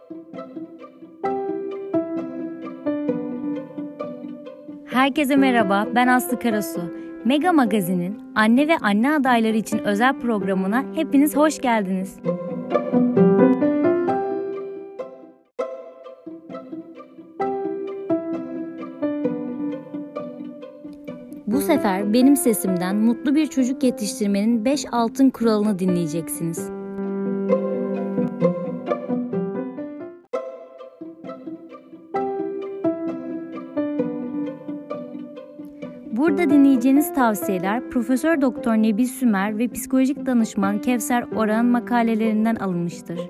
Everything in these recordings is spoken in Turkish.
Herkese merhaba, ben Aslı Karasu. Mega Magazin'in anne ve anne adayları için özel programına hepiniz hoş geldiniz. Bu sefer benim sesimden mutlu bir çocuk yetiştirmenin 5 altın kuralını dinleyeceksiniz. Burada dinleyeceğiniz tavsiyeler Profesör Doktor Nebil Sümer ve psikolojik danışman Kevser Orak'ın makalelerinden alınmıştır.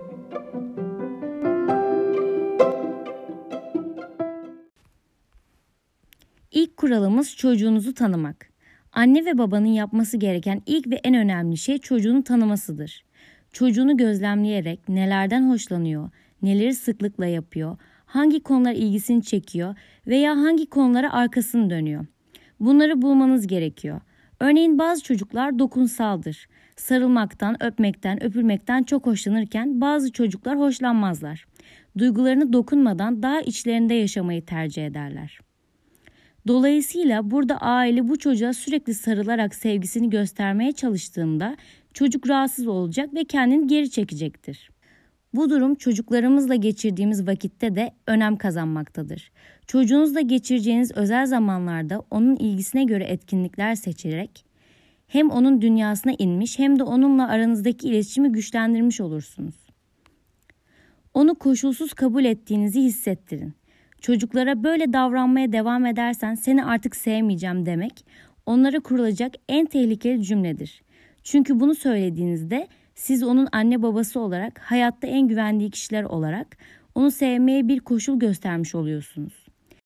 İlk kuralımız çocuğunuzu tanımak. Anne ve babanın yapması gereken ilk ve en önemli şey çocuğunu tanımasıdır. Çocuğunu gözlemleyerek nelerden hoşlanıyor, neleri sıklıkla yapıyor, hangi konular ilgisini çekiyor veya hangi konulara arkasını dönüyor. Bunları bulmanız gerekiyor. Örneğin bazı çocuklar dokunsaldır. Sarılmaktan, öpmekten, öpülmekten çok hoşlanırken bazı çocuklar hoşlanmazlar. Duygularını dokunmadan daha içlerinde yaşamayı tercih ederler. Dolayısıyla burada aile bu çocuğa sürekli sarılarak sevgisini göstermeye çalıştığında çocuk rahatsız olacak ve kendini geri çekecektir. Bu durum çocuklarımızla geçirdiğimiz vakitte de önem kazanmaktadır. Çocuğunuzla geçireceğiniz özel zamanlarda onun ilgisine göre etkinlikler seçerek hem onun dünyasına inmiş hem de onunla aranızdaki iletişimi güçlendirmiş olursunuz. Onu koşulsuz kabul ettiğinizi hissettirin. Çocuklara böyle davranmaya devam edersen seni artık sevmeyeceğim demek onlara kurulacak en tehlikeli cümledir. Çünkü bunu söylediğinizde siz onun anne babası olarak, hayatta en güvendiği kişiler olarak onu sevmeye bir koşul göstermiş oluyorsunuz.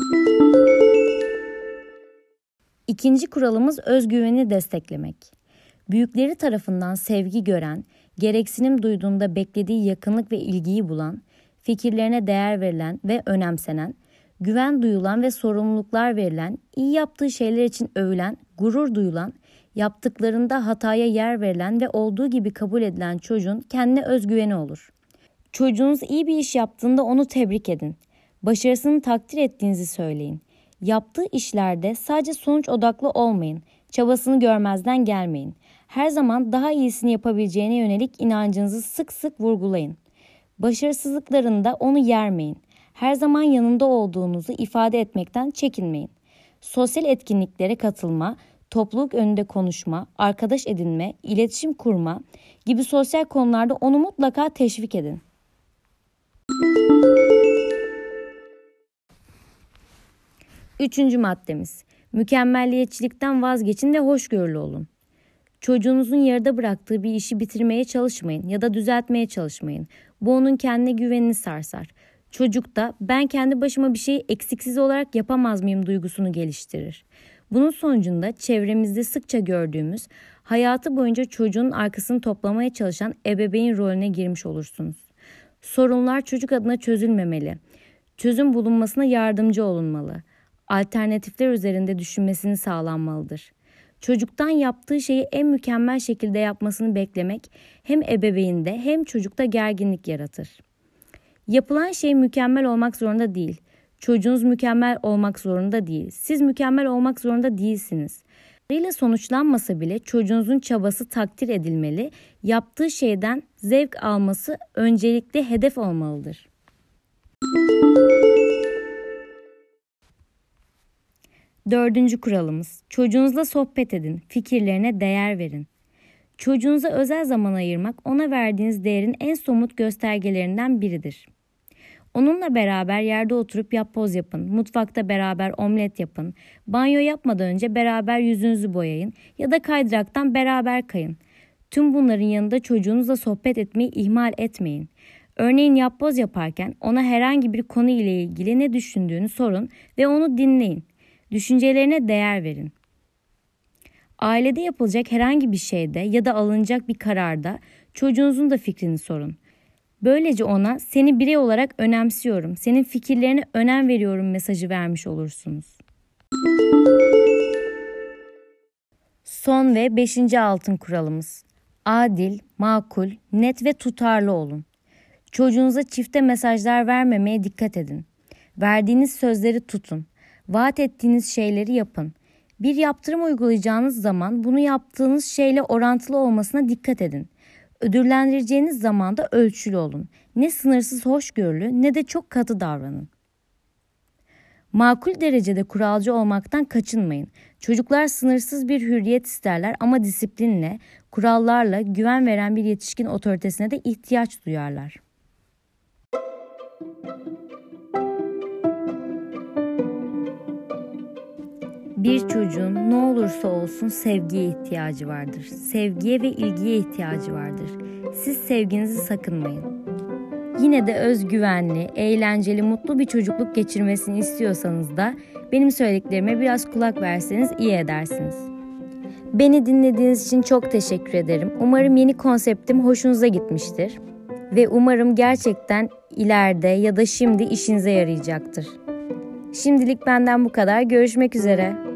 İkinci kuralımız özgüveni desteklemek. Büyükleri tarafından sevgi gören, gereksinim duyduğunda beklediği yakınlık ve ilgiyi bulan, fikirlerine değer verilen ve önemsenen, güven duyulan ve sorumluluklar verilen, iyi yaptığı şeyler için övülen, gurur duyulan, yaptıklarında hataya yer verilen ve olduğu gibi kabul edilen çocuğun kendine özgüveni olur. Çocuğunuz iyi bir iş yaptığında onu tebrik edin. Başarısını takdir ettiğinizi söyleyin. Yaptığı işlerde sadece sonuç odaklı olmayın. Çabasını görmezden gelmeyin. Her zaman daha iyisini yapabileceğine yönelik inancınızı sık sık vurgulayın. Başarısızlıklarında onu yermeyin. Her zaman yanında olduğunuzu ifade etmekten çekinmeyin. Sosyal etkinliklere katılma, topluluk önünde konuşma, arkadaş edinme, iletişim kurma gibi sosyal konularda onu mutlaka teşvik edin. Üçüncü maddemiz, mükemmelliyetçilikten vazgeçin ve hoşgörülü olun. Çocuğunuzun yarıda bıraktığı bir işi bitirmeye çalışmayın ya da düzeltmeye çalışmayın. Bu onun kendine güvenini sarsar. Çocuk da ben kendi başıma bir şeyi eksiksiz olarak yapamaz mıyım duygusunu geliştirir. Bunun sonucunda çevremizde sıkça gördüğümüz, hayatı boyunca çocuğun arkasını toplamaya çalışan ebeveyn rolüne girmiş olursunuz. Sorunlar çocuk adına çözülmemeli. Çözüm bulunmasına yardımcı olunmalı. Alternatifler üzerinde düşünmesini sağlanmalıdır. Çocuktan yaptığı şeyi en mükemmel şekilde yapmasını beklemek hem ebeveynde hem çocukta gerginlik yaratır. Yapılan şey mükemmel olmak zorunda değil. Çocuğunuz mükemmel olmak zorunda değil. Siz mükemmel olmak zorunda değilsiniz. Ile sonuçlanmasa bile çocuğunuzun çabası takdir edilmeli, yaptığı şeyden zevk alması öncelikli hedef olmalıdır. Dördüncü kuralımız, çocuğunuzla sohbet edin, fikirlerine değer verin. Çocuğunuza özel zaman ayırmak ona verdiğiniz değerin en somut göstergelerinden biridir. Onunla beraber yerde oturup yapboz yapın, mutfakta beraber omlet yapın, banyo yapmadan önce beraber yüzünüzü boyayın ya da kaydıraktan beraber kayın. Tüm bunların yanında çocuğunuzla sohbet etmeyi ihmal etmeyin. Örneğin yapboz yaparken ona herhangi bir konu ile ilgili ne düşündüğünü sorun ve onu dinleyin. Düşüncelerine değer verin. Ailede yapılacak herhangi bir şeyde ya da alınacak bir kararda çocuğunuzun da fikrini sorun. Böylece ona seni birey olarak önemsiyorum, senin fikirlerine önem veriyorum mesajı vermiş olursunuz. Son ve 5. altın kuralımız. Adil, makul, net ve tutarlı olun. Çocuğunuza çifte mesajlar vermemeye dikkat edin. Verdiğiniz sözleri tutun. Vaat ettiğiniz şeyleri yapın. Bir yaptırım uygulayacağınız zaman bunu yaptığınız şeyle orantılı olmasına dikkat edin. Ödüllendireceğiniz zaman da ölçülü olun. Ne sınırsız hoşgörülü ne de çok katı davranın. Makul derecede kuralcı olmaktan kaçınmayın. Çocuklar sınırsız bir hürriyet isterler ama disiplinle, kurallarla güven veren bir yetişkin otoritesine de ihtiyaç duyarlar. Bir çocuğun ne olursa olsun sevgiye ihtiyacı vardır. Sevgiye ve ilgiye ihtiyacı vardır. Siz sevginizi sakınmayın. Yine de özgüvenli, eğlenceli, mutlu bir çocukluk geçirmesini istiyorsanız da benim söylediklerime biraz kulak verseniz iyi edersiniz. Beni dinlediğiniz için çok teşekkür ederim. Umarım yeni konseptim hoşunuza gitmiştir. Ve umarım gerçekten ileride ya da şimdi işinize yarayacaktır. Şimdilik benden bu kadar. Görüşmek üzere.